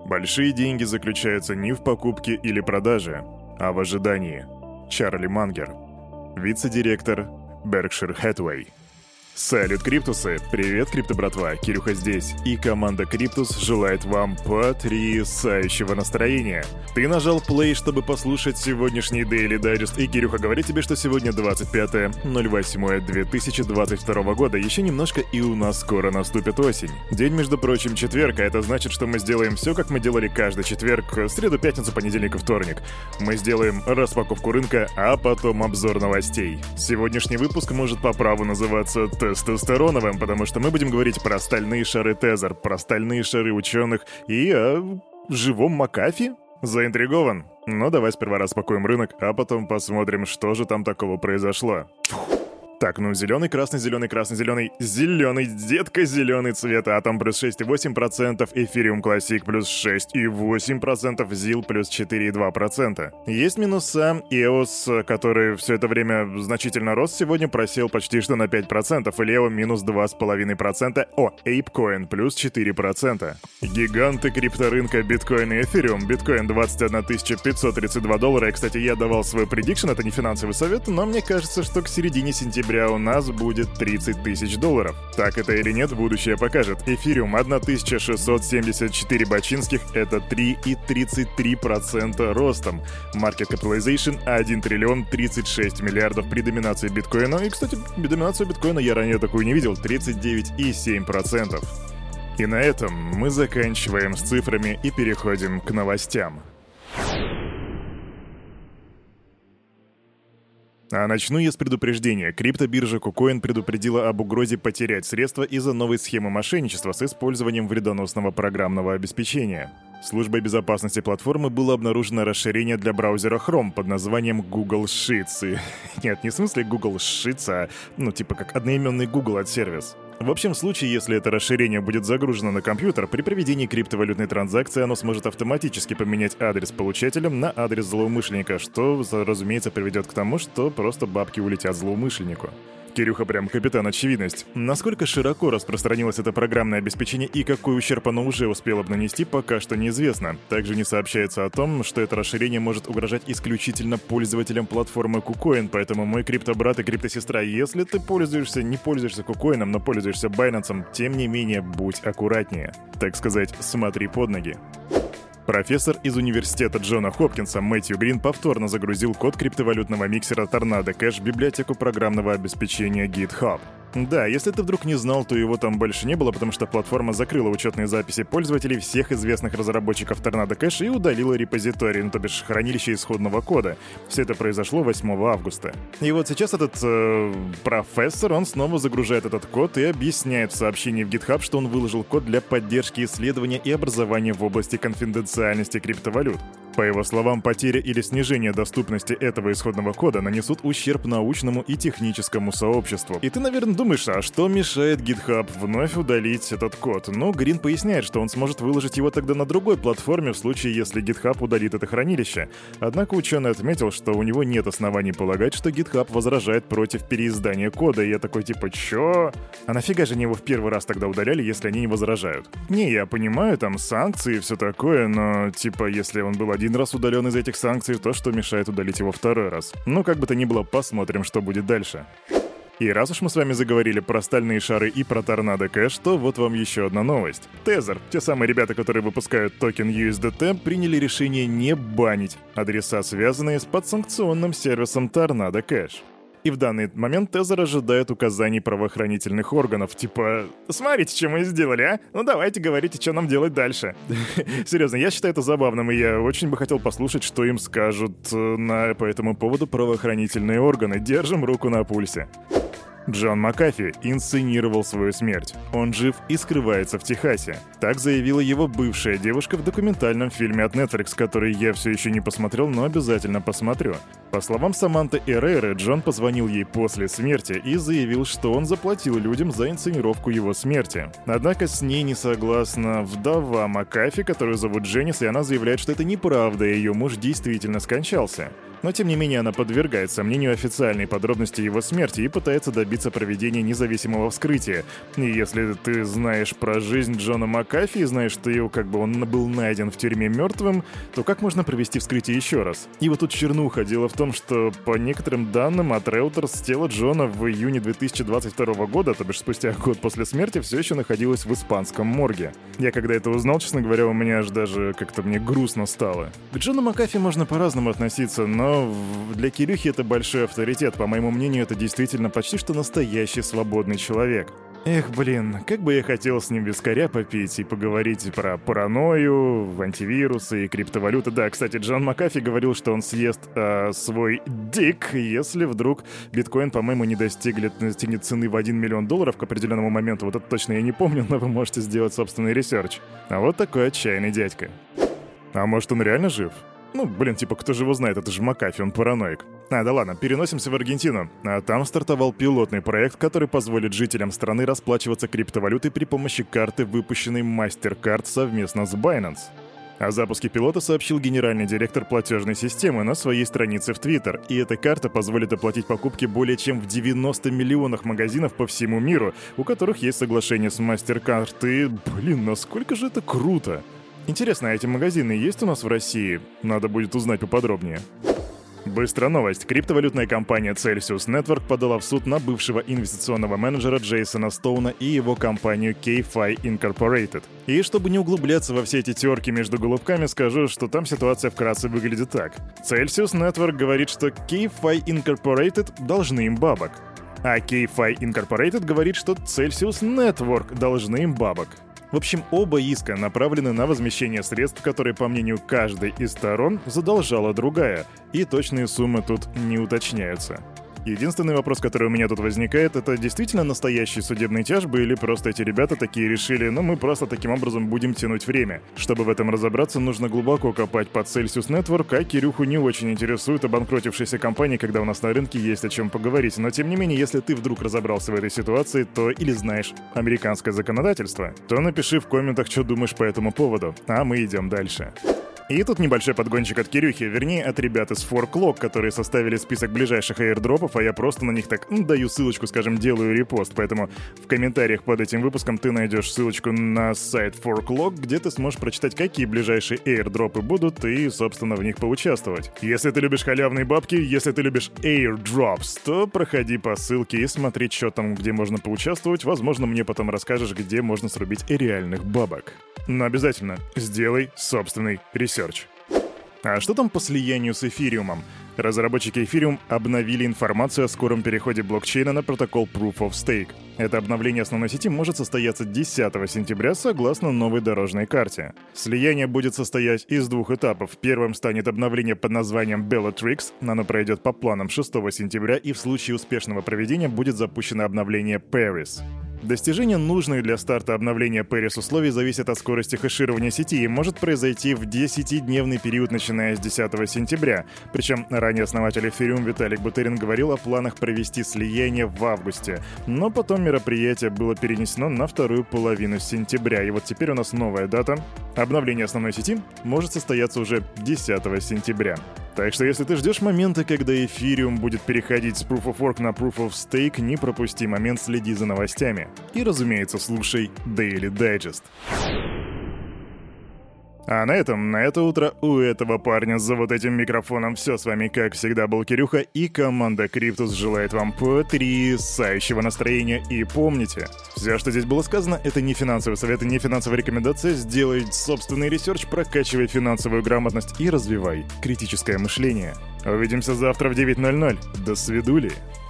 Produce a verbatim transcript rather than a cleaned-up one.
Большие деньги заключаются не в покупке или продаже, а в ожидании. Чарли Мангер, вице-директор Berkshire Hathaway. Салют, Криптусы! Привет, крипто-братва! Кирюха здесь, и команда Криптус желает вам потрясающего настроения. Ты нажал play, чтобы послушать сегодняшний Daily Digest, и Кирюха говорит тебе, что сегодня двадцать пятое ноль восьмое две тысячи двадцать второго года. Еще немножко, и у нас скоро наступит осень. День, между прочим, четверг, а это значит, что мы сделаем все, как мы делали каждый четверг, среду, пятницу, понедельник и вторник. Мы сделаем распаковку рынка, а потом обзор новостей. Сегодняшний выпуск может по праву называться тестостероновым, потому что мы будем говорить про стальные шары Тезер, про стальные шары ученых и о живом Макафи. Заинтригован? Ну давай сперва распакуем рынок, а потом посмотрим, что же там такого произошло. Так, ну зеленый, красный, зеленый, красный, зеленый, зеленый, детка, зеленый цвет, атом плюс шесть и восемь десятых процента, эфириум классик плюс шесть и восемь десятых процента, зил плюс четыре и два десятых процента. Есть минуса, и о эс, который все это время значительно рос, сегодня просел почти что на пять процентов, и Лео минус два с половиной процента, о, ApeCoin плюс четыре процента. Гиганты крипторынка биткоин и эфириум, биткоин двадцать одна тысяча пятьсот тридцать два доллара, и, кстати, я давал свой предикшн, это не финансовый совет, но мне кажется, что к середине сентября у нас будет тридцать тысяч долларов. Так это или нет, будущее покажет. Эфириум тысяча шестьсот семьдесят четыре бачинских, это три и тридцать три сотых процента ростом. Market Capitalization один триллион тридцать шесть миллиардов при доминации биткоина. И, кстати, доминацию биткоина я ранее такую не видел, тридцать девять и семь десятых процента. И на этом мы заканчиваем с цифрами и переходим к новостям. А начну я с предупреждения. Криптобиржа KuCoin предупредила об угрозе потерять средства из-за новой схемы мошенничества с использованием вредоносного программного обеспечения. Службой безопасности платформы было обнаружено расширение для браузера Chrome под названием Google Sheets. И... Нет, не в смысле Google Sheets, а ну типа как одноименный Google от сервис. В общем случае, если это расширение будет загружено на компьютер, при проведении криптовалютной транзакции оно сможет автоматически поменять адрес получателя на адрес злоумышленника, что, разумеется, приведет к тому, что просто бабки улетят злоумышленнику. Кирюха прям капитан очевидность. Насколько широко распространилось это программное обеспечение и какой ущерб оно уже успело бы нанести, пока что неизвестно. Также не сообщается о том, что это расширение может угрожать исключительно пользователям платформы KuCoin, поэтому мой криптобрат и криптосестра, если ты пользуешься, не пользуешься KuCoin, но пользуешься Binance, тем не менее, будь аккуратнее. Так сказать, смотри под ноги. Профессор из университета Джона Хопкинса Мэтью Грин повторно загрузил код криптовалютного миксера Tornado Cash в библиотеку программного обеспечения GitHub. Да, если ты вдруг не знал, то его там больше не было, потому что платформа закрыла учетные записи пользователей всех известных разработчиков Tornado Cash и удалила репозиторий, ну то бишь хранилище исходного кода. Все это произошло восьмого августа. И вот сейчас этот э, профессор, он снова загружает этот код и объясняет в сообщении в GitHub, что он выложил код для поддержки исследования и образования в области конфиденциальности криптовалют. По его словам, потеря или снижение доступности этого исходного кода нанесут ущерб научному и техническому сообществу. И ты, наверное, думаешь, а что мешает GitHub вновь удалить этот код? Но Грин поясняет, что он сможет выложить его тогда на другой платформе в случае, если GitHub удалит это хранилище. Однако ученый отметил, что у него нет оснований полагать, что GitHub возражает против переиздания кода. И я такой типа, чё? А нафига же они его в первый раз тогда удаляли, если они не возражают? Не, я понимаю, там санкции и все такое, но типа, если он был один раз удален из этих санкций, то что мешает удалить его второй раз? Ну, как бы то ни было, посмотрим, что будет дальше. И раз уж мы с вами заговорили про стальные шары и про Tornado Cash, то вот вам еще одна новость. Тезер, те самые ребята, которые выпускают токен ю эс ди ти, приняли решение не банить адреса, связанные с подсанкционным сервисом Tornado Cash. И в данный момент Тезер ожидает указаний правоохранительных органов, типа «Смотрите, что мы сделали, а? Ну давайте говорите, что нам делать дальше». Серьезно, я считаю это забавным, и я очень бы хотел послушать, что им скажут на, по этому поводу правоохранительные органы. Держим руку на пульсе. Джон Макафи инсценировал свою смерть. Он жив и скрывается в Техасе. Так заявила его бывшая девушка в документальном фильме от Netflix, который я все еще не посмотрел, но обязательно посмотрю. По словам Саманты Эрреры, Джон позвонил ей после смерти и заявил, что он заплатил людям за инсценировку его смерти. Однако с ней не согласна вдова Макафи, которую зовут Дженнис, и она заявляет, что это неправда, и ее муж действительно скончался. Но тем не менее она подвергает сомнению официальные подробности его смерти и пытается добиться проведения независимого вскрытия. И если ты знаешь про жизнь Джона Макафи и знаешь, что его, как бы он был найден в тюрьме мертвым, то как можно провести вскрытие еще раз? И вот тут чернуха. Дело в том, что по некоторым данным от Reuters тело Джона в июне две тысячи двадцать второго года, то бишь спустя год после смерти, все еще находилось в испанском морге. Я когда это узнал, честно говоря, у меня аж даже как-то мне грустно стало. К Джону Макафи можно по-разному относиться, но для Кирюхи это большой авторитет. По моему мнению, это действительно почти что настоящий свободный человек. Эх, блин, как бы я хотел с ним вискаря попить и поговорить про паранойю, антивирусы и криптовалюты. Да, кстати, Джон Макафи говорил, что он съест э, свой дик, если вдруг биткоин, по-моему, не достигнет, достигнет цены в один миллион долларов к определенному моменту. Вот это точно я не помню, но вы можете сделать собственный ресерч. А вот такой отчаянный дядька. А может, он реально жив? Ну, блин, типа, кто же его знает, это же Макафи, он параноик. А, да ладно, переносимся в Аргентину. А там стартовал пилотный проект, который позволит жителям страны расплачиваться криптовалютой при помощи карты, выпущенной MasterCard совместно с Binance. О запуске пилота сообщил генеральный директор платежной системы на своей странице в Twitter, и эта карта позволит оплатить покупки более чем в девяноста миллионах магазинов по всему миру, у которых есть соглашение с MasterCard, и, блин, насколько же это круто! Интересно, а эти магазины есть у нас в России? Надо будет узнать поподробнее. Быстрая новость. Криптовалютная компания Celsius Network подала в суд на бывшего инвестиционного менеджера Джейсона Стоуна и его компанию K-Fi Incorporated. И чтобы не углубляться во все эти терки между голубками, скажу, что там ситуация вкратце выглядит так. Celsius Network говорит, что K-Fi Incorporated должны им бабок. А K-Fi Incorporated говорит, что Celsius Network должны им бабок. В общем, оба иска направлены на возмещение средств, которые, по мнению каждой из сторон, задолжала другая, и точные суммы тут не уточняются. Единственный вопрос, который у меня тут возникает, это действительно настоящие судебные тяжбы или просто эти ребята такие решили, ну мы просто таким образом будем тянуть время. Чтобы в этом разобраться, нужно глубоко копать под Celsius Network, а Кирюху не очень интересует обанкротившиеся компании, когда у нас на рынке есть о чем поговорить. Но тем не менее, если ты вдруг разобрался в этой ситуации, то или знаешь американское законодательство, то напиши в комментах, что думаешь по этому поводу, а мы идем дальше. И тут небольшой подгончик от Кирюхи, вернее, от ребят из фор клок, которые составили список ближайших эйрдропов, а я просто на них так ну, даю ссылочку, скажем, делаю репост. Поэтому в комментариях под этим выпуском ты найдешь ссылочку на сайт фор клок, где ты сможешь прочитать, какие ближайшие эйрдропы будут, и, собственно, в них поучаствовать. Если ты любишь халявные бабки, если ты любишь airdrops, то проходи по ссылке и смотри, что там, где можно поучаствовать. Возможно, мне потом расскажешь, где можно срубить реальных бабок. Но обязательно сделай собственный ресерч. А что там по слиянию с эфириумом? Разработчики Ethereum обновили информацию о скором переходе блокчейна на протокол Proof of Stake. Это обновление основной сети может состояться десятого сентября согласно новой дорожной карте. Слияние будет состоять из двух этапов. Первым станет обновление под названием Bellatrix. Оно пройдет по планам шестого сентября, и в случае успешного проведения будет запущено обновление Paris. Достижение нужных для старта обновления Paris условий зависит от скорости хэширования сети и может произойти в десятидневный период, начиная с десятого сентября. Причем ранее основатель Ethereum Виталик Бутерин говорил о планах провести слияние в августе, но потом мероприятие было перенесено на вторую половину сентября. И вот теперь у нас новая дата. Обновление основной сети может состояться уже десятого сентября. Так что если ты ждешь момента, когда Ethereum будет переходить с Proof of Work на Proof of Stake, не пропусти момент, следи за новостями. И, разумеется, слушай Daily Digest. А на этом, на это утро у этого парня за вот этим микрофоном все. С вами, как всегда, был Кирюха, и команда Криптус желает вам потрясающего настроения. И помните, все, что здесь было сказано, это не финансовый совет и не финансовая рекомендация. Сделай собственный ресерч, прокачивай финансовую грамотность и развивай критическое мышление. Увидимся завтра в девять ноль ноль. До свидули.